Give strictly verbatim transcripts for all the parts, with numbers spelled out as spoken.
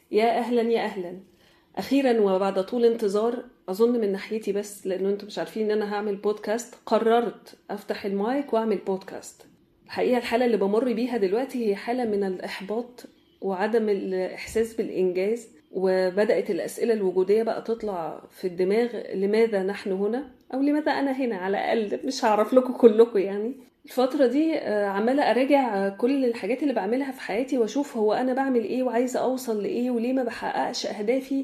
يا أهلا يا أهلا. أخيرا وبعد طول انتظار، أظن من ناحيتي بس لأنه أنتم مش عارفين إن أنا هعمل بودكاست، قررت أفتح المايك وأعمل بودكاست. الحقيقة الحالة اللي بمر بيها دلوقتي هي حالة من الإحباط وعدم الإحساس بالإنجاز، وبدأت الأسئلة الوجودية بقى تطلع في الدماغ: لماذا نحن هنا؟ أو لماذا أنا هنا؟ على الأقل مش هعرف لكم كلكم يعني. الفترة دي آه، عمالة أراجع كل الحاجات اللي بعملها في حياتي وأشوف هو أنا بعمل إيه وعايزة أوصل لإيه وليه ما بحققش أهدافي.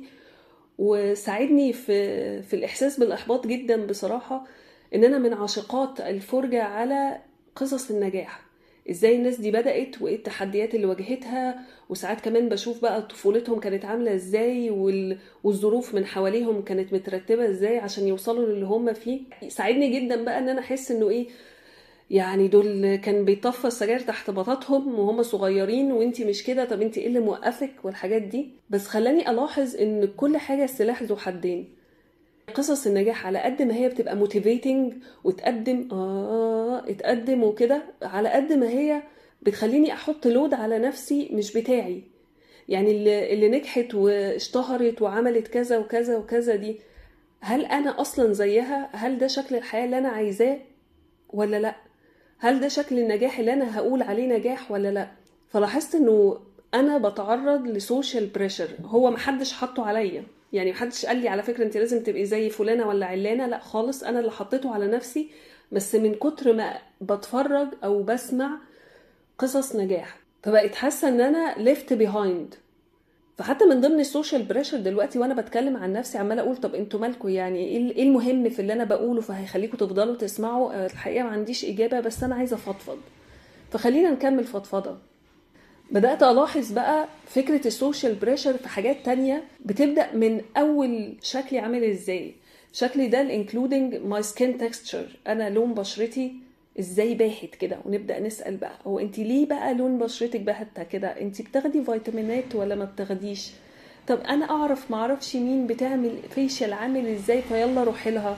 وساعدني في في الإحساس بالإحباط جدا بصراحة إن أنا من عاشقات الفرجة على قصص النجاح، إزاي الناس دي بدأت وإيه التحديات اللي واجهتها. وساعات كمان بشوف بقى طفولتهم كانت عاملة إزاي وال... والظروف من حواليهم كانت مترتبة إزاي عشان يوصلوا للي هم فيه. ساعدني جدا بقى إن أنا أحس إنه إيه، يعني دول كان بيطفى السجاير تحت بطاطهم وهم صغيرين وانتي مش كده، طب انتي ايه اللي موقفك والحاجات دي. بس خلاني الاحظ ان كل حاجة سلاح ذو حدين. قصص النجاح على قد ما هي بتبقى موتيفيتنج وتقدم اه اتقدم وكده، على قد ما هي بتخليني احط لود على نفسي مش بتاعي. يعني اللي, اللي نجحت واشتهرت وعملت كذا وكذا وكذا دي، هل انا اصلا زيها؟ هل ده شكل الحياة اللي انا عايزاه ولا لا؟ هل ده شكل النجاح اللي انا هقول عليه نجاح ولا لا؟ فلاحظت انه انا بتعرض لسوشيال بريشر هو محدش حطه عليا. يعني محدش قال لي على فكرة انت لازم تبقي زي فلانة ولا علانة، لا خالص، انا اللي حطيته على نفسي. بس من كتر ما بتفرج او بسمع قصص نجاح فبقيت حاسة ان انا left behind. فحتى من ضمن السوشيال بريشر دلوقتي وانا بتكلم عن نفسي عماله اقول طب انتوا مالكوا؟ يعني ايه إيه المهم في اللي انا بقوله فهيخليكوا تفضلوا تسمعوا؟ آه، الحقيقه ما عنديش اجابه، بس انا عايزه افضفض. فخلينا نكمل فضفضه. بدات الاحظ بقى فكره السوشيال بريشر في حاجات تانية، بتبدا من اول شكلي عامل ازاي. شكلي ده الانكلودنج ماي سكين تكستشر، انا لون بشرتي ازاي باهت كده. ونبدا نسال بقى هو انت ليه بقى لون بشرتك باهت كده؟ انت بتاخدي فيتامينات ولا ما بتاخديش؟ طب انا اعرف معرفش مين بتعمل فيشل عامل ازاي فيلا روحي لها.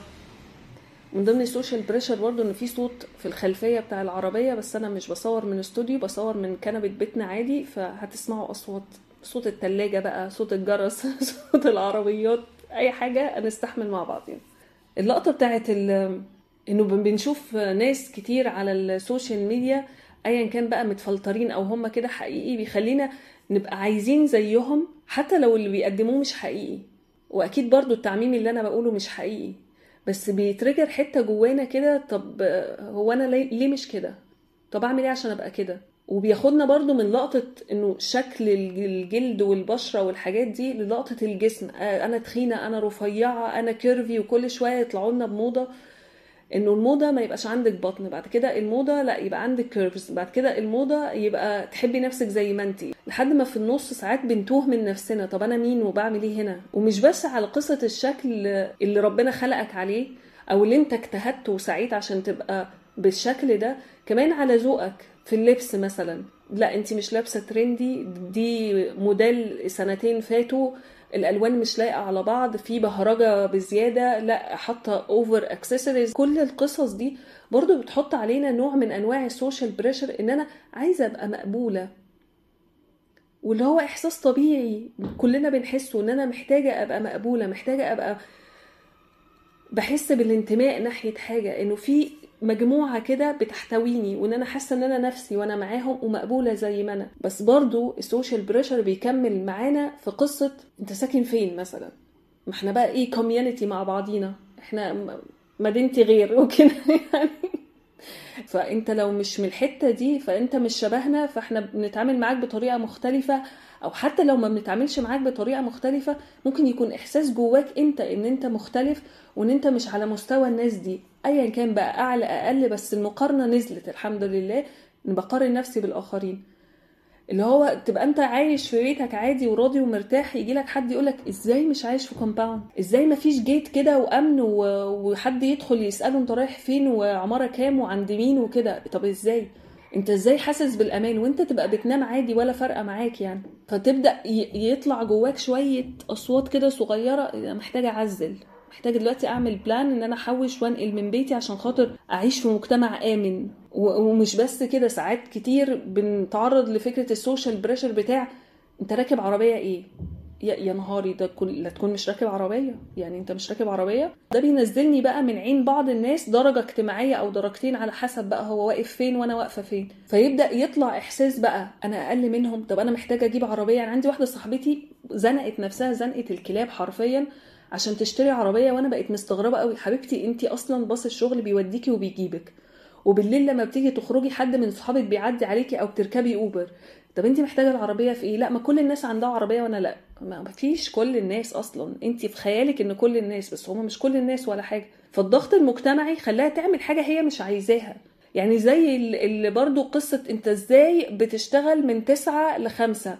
من ضمن السوشيال بريشر برضو ان في صوت في الخلفيه بتاع العربيه، بس انا مش بصور من استوديو، بصور من كنبه بيتنا عادي، فهتسمعوا اصوات، صوت التلاجة بقى، صوت الجرس صوت العربيات، اي حاجه نستحمل مع بعض يعني. اللقطه بتاعت ال- انه بنشوف ناس كتير على السوشيال ميديا ايا كان بقى متفلترين او هم كده حقيقي، بيخلينا نبقى عايزين زيهم حتى لو اللي بيقدموه مش حقيقي. واكيد برضو التعميم اللي انا بقوله مش حقيقي، بس بيترجر حتة جوانا كده. طب هو انا ليه ليه مش كده؟ طب اعمل ايه عشان ابقى كده؟ وبياخدنا برضو من لقطة انه شكل الجلد والبشرة والحاجات دي للقطة الجسم. آه، انا تخينة، انا رفيعة، انا كيرفي، وكل شوية يطلعوا لنا بموضة انه الموضة ما يبقاش عندك بطن، بعد كده الموضة لا يبقى عندك كيرفز، بعد كده الموضة يبقى تحبي نفسك زي ما انتي، لحد ما في النص ساعات بنتوه من نفسنا. طب انا مين وبعمل ايه هنا؟ ومش بس على قصة الشكل اللي ربنا خلقك عليه او اللي انت اجتهدت وسعيت عشان تبقى بالشكل ده، كمان على ذوقك في اللبس مثلا. لا انتي مش لابسة ترندي، دي موديل سنتين فاتوا، الالوان مش لايقه على بعض، في بهرجه بزياده، لا حاطه اوفر اكسسوارز. كل القصص دي برضو بتحط علينا نوع من انواع السوشيال بريشر ان انا عايزه ابقى مقبوله، واللي هو احساس طبيعي كلنا بنحسه، ان انا محتاجه ابقى مقبوله، محتاجه ابقى بحس بالانتماء ناحيه حاجه، انه في مجموعه كده بتحتويني وان انا حاسه ان انا نفسي وانا معاهم ومقبوله زي ما انا. بس برضو السوشيال بريشر بيكمل معانا في قصه انت ساكن فين مثلا. ما احنا بقى ايه، كوميونتي مع بعضينا، احنا م- مدينتي غير وكده يعني. فانت لو مش من الحتة دي فانت مش شبهنا، فاحنا بنتعامل معاك بطريقة مختلفة. او حتى لو ما بنتعاملش معاك بطريقة مختلفة، ممكن يكون احساس جواك انت ان انت مختلف وان انت مش على مستوى الناس دي، ايا كان بقى اعلى اقل، بس المقارنة نزلت الحمد لله. إن بقارن نفسي بالاخرين، اللي هو تبقى انت عايش في بيتك عادي وراضي ومرتاح، يجيلك حد يقولك ازاي مش عايش في كومباوند، ازاي مفيش جيت كده وامن و- وحد يدخل يسأله انت رايح فين وعمارة كام وعند مين وكده. طب ازاي انت ازاي حاسس بالامان وانت تبقى بتنام عادي ولا فارقه معاك يعني؟ فتبدا ي- يطلع جواك شويه اصوات كده صغيره: انا محتاجه اعزل، محتاجه دلوقتي اعمل بلان ان انا احوش وانقل من بيتي عشان خاطر اعيش في مجتمع امن. و- ومش بس كده، ساعات كتير بنتعرض لفكره السوشيال بريشر بتاع انت راكب عربيه ايه، يا يا نهاري، ده كل لا تكون مش راكب عربيه، يعني انت مش راكب عربيه. ده بينزلني بقى من عين بعض الناس درجه اجتماعيه او درجتين على حسب بقى هو واقف فين وانا واقفه فين، فيبدا يطلع احساس بقى انا اقل منهم. طب انا محتاجه اجيب عربيه. يعني عندي واحده صاحبتي زنقت نفسها زنقه الكلاب حرفيا عشان تشتري عربيه، وانا بقيت مستغربه قوي. حبيبتي انتي اصلا باص الشغل بيوديكي وبيجيبك، وبالليل لما بتيجي تخرجي حد من صحابك بيعدي عليكي او بتركبي اوبر. طب انت محتاجه العربيه في ايه؟ لا، ما كل الناس عندها عربيه وانا لا. ما فيش كل الناس اصلا، انت في خيالك ان كل الناس، بس هم مش كل الناس ولا حاجه. فالضغط المجتمعي خلاها تعمل حاجه هي مش عايزاها. يعني زي اللي برضو قصه انت ازاي بتشتغل من تسعة لخمسة،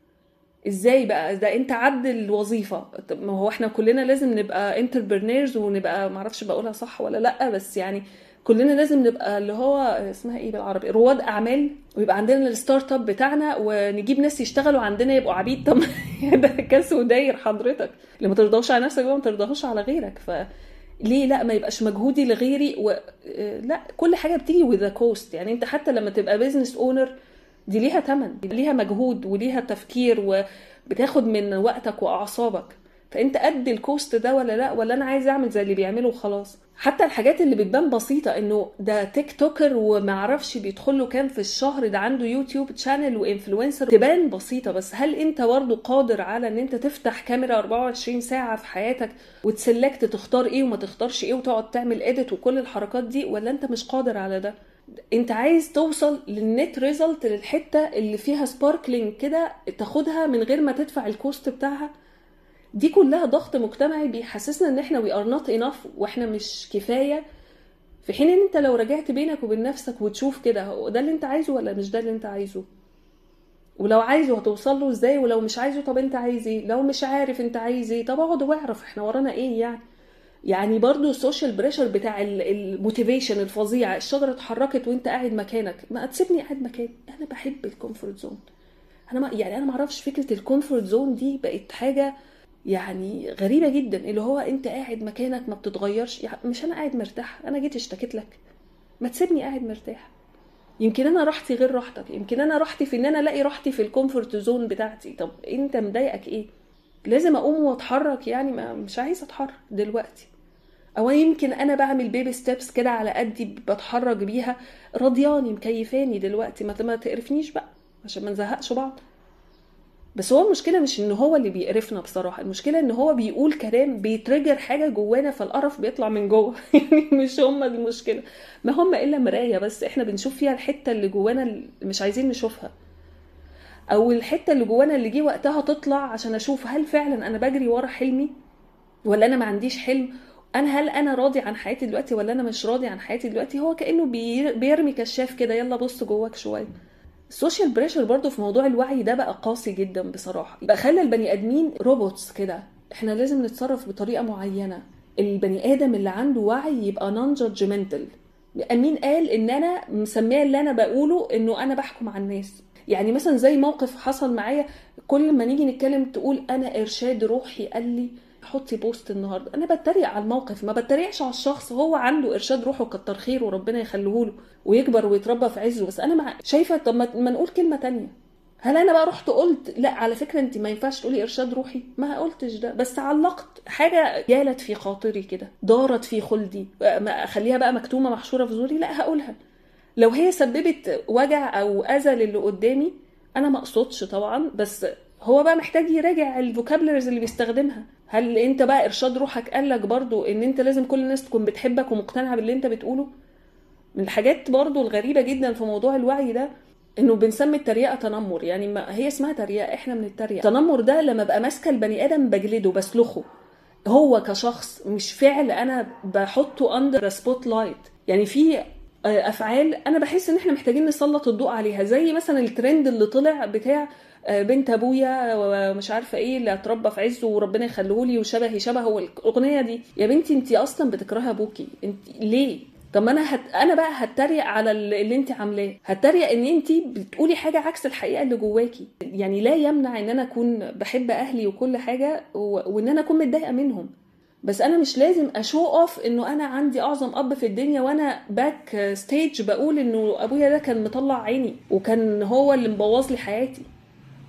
ازاي بقى ده انت عبد الوظيفه؟ طب ما هو احنا كلنا لازم نبقى انتربرنيرز ونبقى، معرفش بقولها صح ولا لا، بس يعني كلنا لازم نبقى اللي هو اسمها ايه بالعربي، رواد اعمال، ويبقى عندنا الستارت اب بتاعنا ونجيب ناس يشتغلوا عندنا يبقوا عبيد. طب ده كاس وداير حضرتك، اللي ما ترضاش على نفسك بقى ما ترضاش على غيرك. ف ليه لا ما يبقاش مجهودي لغيري و... لا، كل حاجه بتيجي with the cost. يعني انت حتى لما تبقى بيزنس اونر دي ليها تمن، دي ليها مجهود وليها تفكير وبتاخد من وقتك واعصابك. فانت قد الكوست ده ولا لا؟ ولا انا عايز اعمل زي اللي بيعملوا خلاص؟ حتى الحاجات اللي بتبان بسيطه، انه ده تيك توكر وما اعرفش بيدخل له كام في الشهر، ده عنده يوتيوب تشانل وانفلونسر، تبان بسيطه، بس هل انت برضه قادر على ان انت تفتح كاميرا أربعة وعشرين ساعه في حياتك وتسلكت تختار ايه وما تختارش ايه وتقعد تعمل اديت وكل الحركات دي؟ ولا انت مش قادر على ده؟ انت عايز توصل للنت ريزلت، للحته اللي فيها سباركلينج كده تاخدها من غير ما تدفع الكوست بتاعها. دي كلها ضغط مجتمعي بيحسسنا ان احنا we are not enough واحنا مش كفايه. في حين ان انت لو رجعت بينك وبين نفسك وتشوف كده، هو ده اللي انت عايزه ولا مش ده اللي انت عايزه؟ ولو عايزه هتوصل له ازاي؟ ولو مش عايزه طب انت عايز ايه؟ لو مش عارف انت عايز ايه، طب اقعد واعرف احنا ورانا ايه يعني. يعني برضو السوشيال بريشر بتاع الموتيفيشن الفظيع، الشجرة اتحركت وانت قاعد مكانك، ما تسيبني قاعد مكاني. انا بحب الكومفورت زون. انا ما يعني انا ما اعرفش، فكرة الكومفورت زون دي بقت حاجة يعني غريبة جدا، اللي هو انت قاعد مكانك ما بتتغيرش. يعني مش انا قاعد مرتاح، انا جيت اشتكيت لك؟ ما تسيبني قاعد مرتاح. يمكن انا راحتي غير راحتك، يمكن انا راحتي في ان انا الاقي راحتي في الكومفورت زون بتاعتي. طب انت مضايقك ايه؟ لازم اقوم واتحرك؟ يعني ما مش عايزه اتحرك دلوقتي. او يمكن انا بعمل بيبي ستيبس كده على قدي بتحرك بيها، راضياني مكيفاني دلوقتي، ما ما تقرفنيش بقى عشان ما نزهقش بعض. بس هو المشكله مش ان هو اللي بيقرفنا بصراحه، المشكله ان هو بيقول كلام بيترجر حاجه جوانا فالقرف بيطلع من جوه. يعني مش هم المشكله، ما هم الا مرايه، بس احنا بنشوف فيها الحته اللي جوانا اللي مش عايزين نشوفها، او الحته اللي جوانا اللي جه وقتها تطلع عشان اشوف هل فعلا انا بجري ورا حلمي ولا انا ما عنديش حلم. انا هل انا راضي عن حياتي دلوقتي ولا انا مش راضي عن حياتي دلوقتي؟ هو كانه بيرمي كشاف كده، يلا بص جواك شويه. السوشيال بريشر برضو في موضوع الوعي ده بقى قاسي جدا بصراحه، يبقى خلى البني ادمين روبوتس كده، احنا لازم نتصرف بطريقه معينه. البني ادم اللي عنده وعي يبقى نون جادجمنتال. مين قال ان انا مسميه اللي انا بقوله انه انا بحكم على الناس؟ يعني مثلا زي موقف حصل معايا، كل ما نيجي نتكلم تقول انا ارشاد روحي قال لي حطي بوست النهارده. انا بتريق على الموقف، ما بتريقش على الشخص، هو عنده ارشاد روحه كتر خير وربنا يخليه له ويكبر ويتربى في عزه. بس انا مع... شايفه طب ما نقول كلمه تانية. هل انا بقى رحت قلت لا على فكره انت ما ينفعش تقولي ارشاد روحي؟ ما قلتش ده، بس علقت حاجه جالت في خاطري كده، دارت في خلدي، ما اخليها بقى مكتومه محشوره في زوري؟ لا، هقولها. لو هي سببت وجع او اذى للي قدامي انا ما اقصدش طبعا، بس هو بقى محتاج يراجع الفوكابلرز اللي بيستخدمها. هل انت بقى ارشاد روحك قالك برضو ان انت لازم كل الناس تكون بتحبك ومقتنعه باللي انت بتقوله؟ من الحاجات برضو الغريبه جدا في موضوع الوعي ده انه بنسمي التريقه تنمر. يعني ما هي اسمها تريقه، احنا من التريقه. تنمر ده لما بقى ماسكه البني ادم بجلده بسلخه هو كشخص، مش فعل انا بحطه اندر سبوت لايت. يعني في افعال انا بحس ان احنا محتاجين نسلط الضوء عليها، زي مثلا الترند اللي طلع بتاع بنت ابويا ومش عارفه ايه اللي اتربى في عزه وربنا يخليهولي وشبهي شبهه. الاغنيه دي يا بنتي انت اصلا بتكرهي ابوكي، انت ليه؟ طب ما انا هت... انا بقى هتريق على اللي انت عاملاه، هتريق ان انت بتقولي حاجه عكس الحقيقه اللي جواكي. يعني لا يمنع ان انا اكون بحب اهلي وكل حاجه و... وان انا اكون متضايقه منهم، بس انا مش لازم اشو اوف انه انا عندي اعظم اب في الدنيا وانا باك ستيج بقول انه ابويا ده كان مطلع عيني وكان هو اللي مبوظ لي حياتي.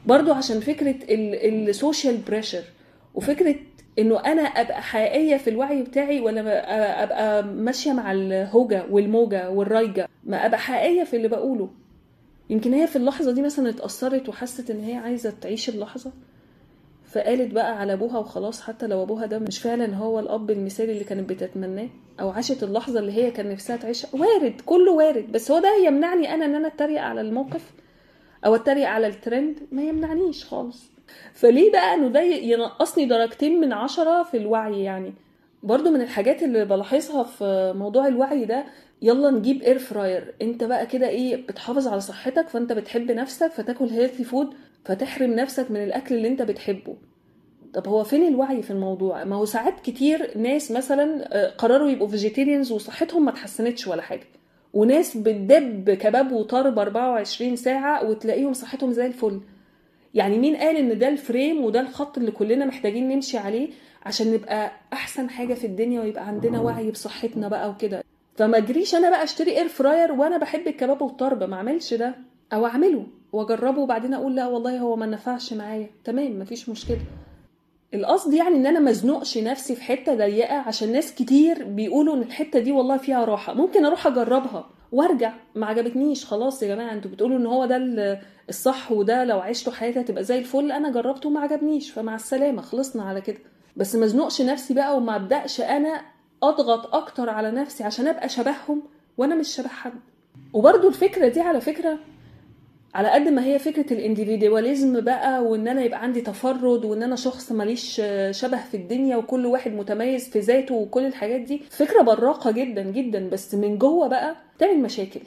برضو عشان فكرة السوشيال بريشر، وفكرة انه انا ابقى حقيقية في الوعي بتاعي ولا ابقى ماشية مع الهوجة والموجة والرايجة، ما ابقى حقيقية في اللي بقوله. يمكن هي في اللحظة دي مثلا اتأثرت وحست ان هي عايزة تعيش اللحظة، فقالت بقى على ابوها وخلاص، حتى لو ابوها ده مش فعلا هو الاب المثالي اللي كانت بتتمناه، او عاشت اللحظة اللي هي كان نفسها تعيشها. وارد، كله وارد، بس هو ده يمنعني انا ان انا اتريق على الموقف او اتريق على الترند؟ ما يمنعنيش خالص. فليه بقى انه ده ينقصني درجتين من عشرة في الوعي؟ يعني برضو من الحاجات اللي بلاحظها في موضوع الوعي ده، يلا نجيب اير فراير. انت بقى كده ايه، بتحافظ على صحتك، فانت بتحب نفسك فتاكل هيلثي فود، فتحرم نفسك من الاكل اللي انت بتحبه. طب هو فين الوعي في الموضوع؟ ما هو ساعات كتير ناس مثلا قرروا يبقوا فيجيتيريانز وصحتهم ما تحسنتش ولا حاجة، وناس بتدب كباب وطرب أربعة وعشرين ساعة وتلاقيهم صحتهم زي الفل. يعني مين قال ان ده الفريم وده الخط اللي كلنا محتاجين نمشي عليه عشان نبقى احسن حاجة في الدنيا ويبقى عندنا وعي بصحتنا بقى وكده؟ فما اجريش انا بقى اشتري اير فراير وانا بحب الكباب والطرب، ما اعملش ده، او اعمله واجربه وبعدين اقول لا والله هو ما نفعش معايا، تمام مفيش مشكلة. القصد يعني ان انا مزنقش نفسي في حتة ضيقة عشان ناس كتير بيقولوا ان الحتة دي والله فيها راحة، ممكن اروح اجربها وارجع ما عجبتنيش. خلاص يا جماعة، انتوا بتقولوا ان هو ده الصح وده لو عشتوا حياتي هتبقى زي الفل، انا جربته وما عجبنيش، فمع السلامة، خلصنا على كده. بس مزنقش نفسي بقى وما ابدأش انا اضغط اكتر على نفسي عشان ابقى شبههم وانا مش شبه حد. وبرضو الفكرة دي على فكرة، على قد ما هي فكرة الانديفيدواليزم بقى وان انا يبقى عندي تفرد وان انا شخص ماليش شبه في الدنيا وكل واحد متميز في ذاته وكل الحاجات دي، فكرة براقة جدا جدا، بس من جوه بقى تعمل مشاكل.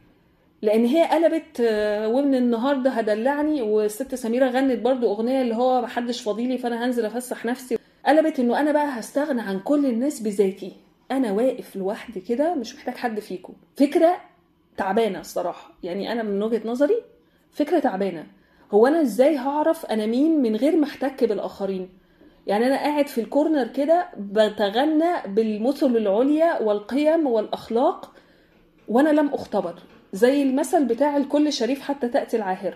لان هي قلبت ومن النهاردة هدلعني، والست سميرة غنت برضو اغنية اللي هو محدش فاضيلي فانا هنزل افسح نفسي، قلبت انه انا بقى هستغنى عن كل الناس بذاتي، انا واقف لوحدي كده مش محتاج حد فيكم. فكرة تعبانة الصراحة، يعني انا من وجهة نظري فكرة تعبانة. هو انا ازاي هعرف انا مين من غير ما احتك بالاخرين؟ يعني انا قاعد في الكورنر كده بتغنى بالمثل العليا والقيم والاخلاق وانا لم اختبر، زي المثل بتاع الكل شريف حتى تأتي العاهرة.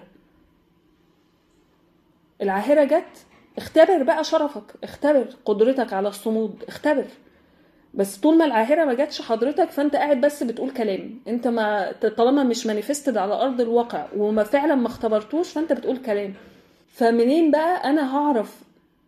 العاهرة جت، اختبر بقى شرفك، اختبر قدرتك على الصمود، اختبر. بس طول ما العاهرة ما جاتش حضرتك فانت قاعد بس بتقول كلام، انت ما طالما مش مانيفستد على ارض الواقع وما فعلا ما اختبرتوش فانت بتقول كلام. فمنين بقى انا هعرف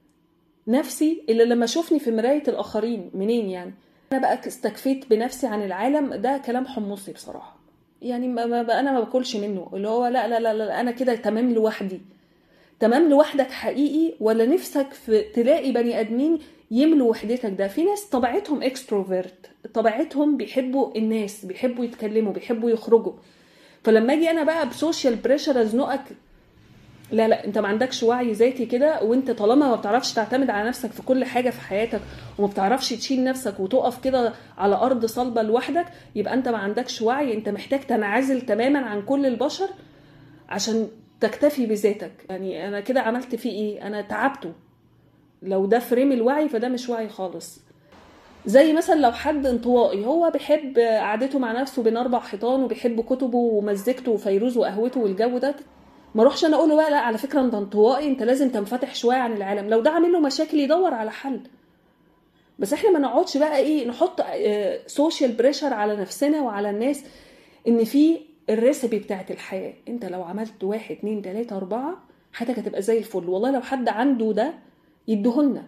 نفسي الا لما اشوفني في مراية الاخرين؟ منين يعني انا بقى استكفيت بنفسي عن العالم؟ ده كلام حمصي بصراحة، يعني ما ما انا ما باكلش منه، اللي هو لا لا لا, لا انا كده تمام لوحدي. تمام لوحدك حقيقي ولا نفسك في تلاقي بني ادمين يملوا وحدتك؟ ده في ناس طبيعتهم اكستروفيرت، طبيعتهم بيحبوا الناس، بيحبوا يتكلموا، بيحبوا يخرجوا. فلما اجي انا بقى بسوشيال بريشر ازنقك، لا لا انت ما عندكش وعي ذاتي كده، وانت طالما ما بتعرفش تعتمد على نفسك في كل حاجة في حياتك وما بتعرفش تشيل نفسك وتقف كده على ارض صلبة لوحدك، يبقى انت ما عندكش وعي. انت محتاج تنعزل تماما عن كل البشر عشان تكتفي بذاتك. يعني انا كده عملت فيه ايه؟ انا تعبته. لو ده فريم الوعي فده مش وعي خالص. زي مثلا لو حد انطوائي، هو بيحب قعدته مع نفسه بين اربع حيطان وبيحب كتبه ومزيكته وفيروز وقهوته والجو ده، ما اروحش انا اقول له بقى لا على فكره انت انطوائي، انت لازم تنفتح شويه عن العالم. لو ده عامل له مشاكل يدور على حل. بس احنا ما نقعدش بقى ايه نحط سوشيال بريشر على نفسنا وعلى الناس ان في الريسبي بتاعت الحياه، انت لو عملت واحد اتنين تلاته اربعه حياتك هتبقى زي الفل. والله لو حد عنده ده يديهولنا،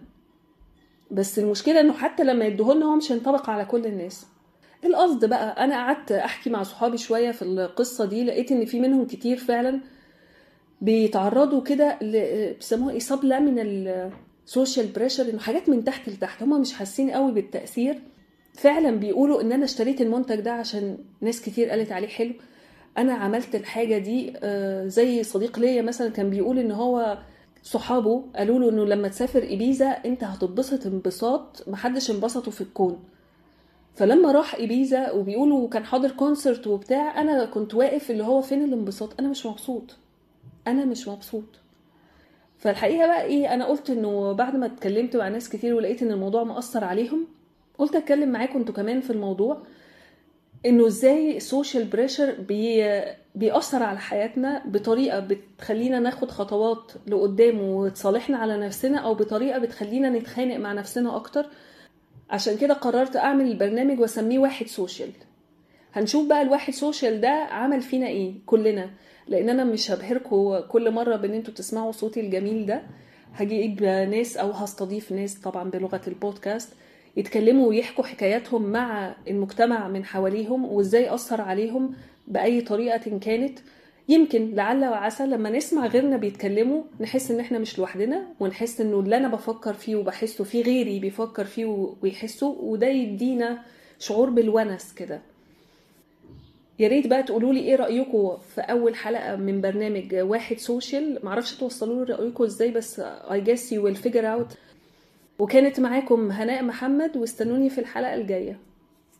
بس المشكله انه حتى لما يديهولنا هو مش هينطبق على كل الناس. القصد بقى، انا قعدت احكي مع صحابي شويه في القصه دي، لقيت ان في منهم كتير فعلا بيتعرضوا كده بيسموها ايه سبلامينال سوشيال بريشر، انه حاجات من تحت لتحت، هم مش حاسين قوي بالتاثير. فعلا بيقولوا ان انا اشتريت المنتج ده عشان ناس كتير قالت عليه حلو، انا عملت الحاجه دي. زي صديق ليا مثلا كان بيقول ان هو صحابه قالوا له انه لما تسافر إبيزا انت هتتبسط انبساط محدش انبسطه في الكون. فلما راح إبيزا وبيقولوا كان حاضر كونسرت وبتاع، انا كنت واقف اللي هو فين الانبساط؟ انا مش مبسوط، انا مش مبسوط. فالحقيقه بقى ايه، انا قلت انه بعد ما اتكلمت مع ناس كتير ولقيت ان الموضوع مؤثر عليهم، قلت اتكلم معاكم انتوا كمان في الموضوع. انه ازاي السوشيال بريشر بي بيأثر على حياتنا بطريقة بتخلينا ناخد خطوات لقدام وتصالحنا على نفسنا، او بطريقة بتخلينا نتخانق مع نفسنا اكتر. عشان كده قررت اعمل البرنامج واسميه واحد سوشيال. هنشوف بقى الواحد سوشيال ده عمل فينا ايه كلنا، لان انا مش هبهركم كل مرة بان انتوا تسمعوا صوتي الجميل ده. هجيب ناس او هستضيف ناس طبعا بلغة البودكاست يتكلموا ويحكوا حكاياتهم مع المجتمع من حواليهم، وازاي اثر عليهم باي طريقة كانت. يمكن لعل وعسى لما نسمع غيرنا بيتكلموا نحس ان احنا مش لوحدنا، ونحس انه اللي انا بفكر فيه وبحسه فيه غيري بيفكر فيه ويحسه، وده يدينا شعور بالونس كده. يا ريت بقى تقولوا لي ايه رأيكم في اول حلقة من برنامج واحد سوشيال. معرفش توصلوا لي رأيكم ازاي، بس I guess you will figure out. وكانت معاكم هناء محمد، واستنوني في الحلقة الجاية.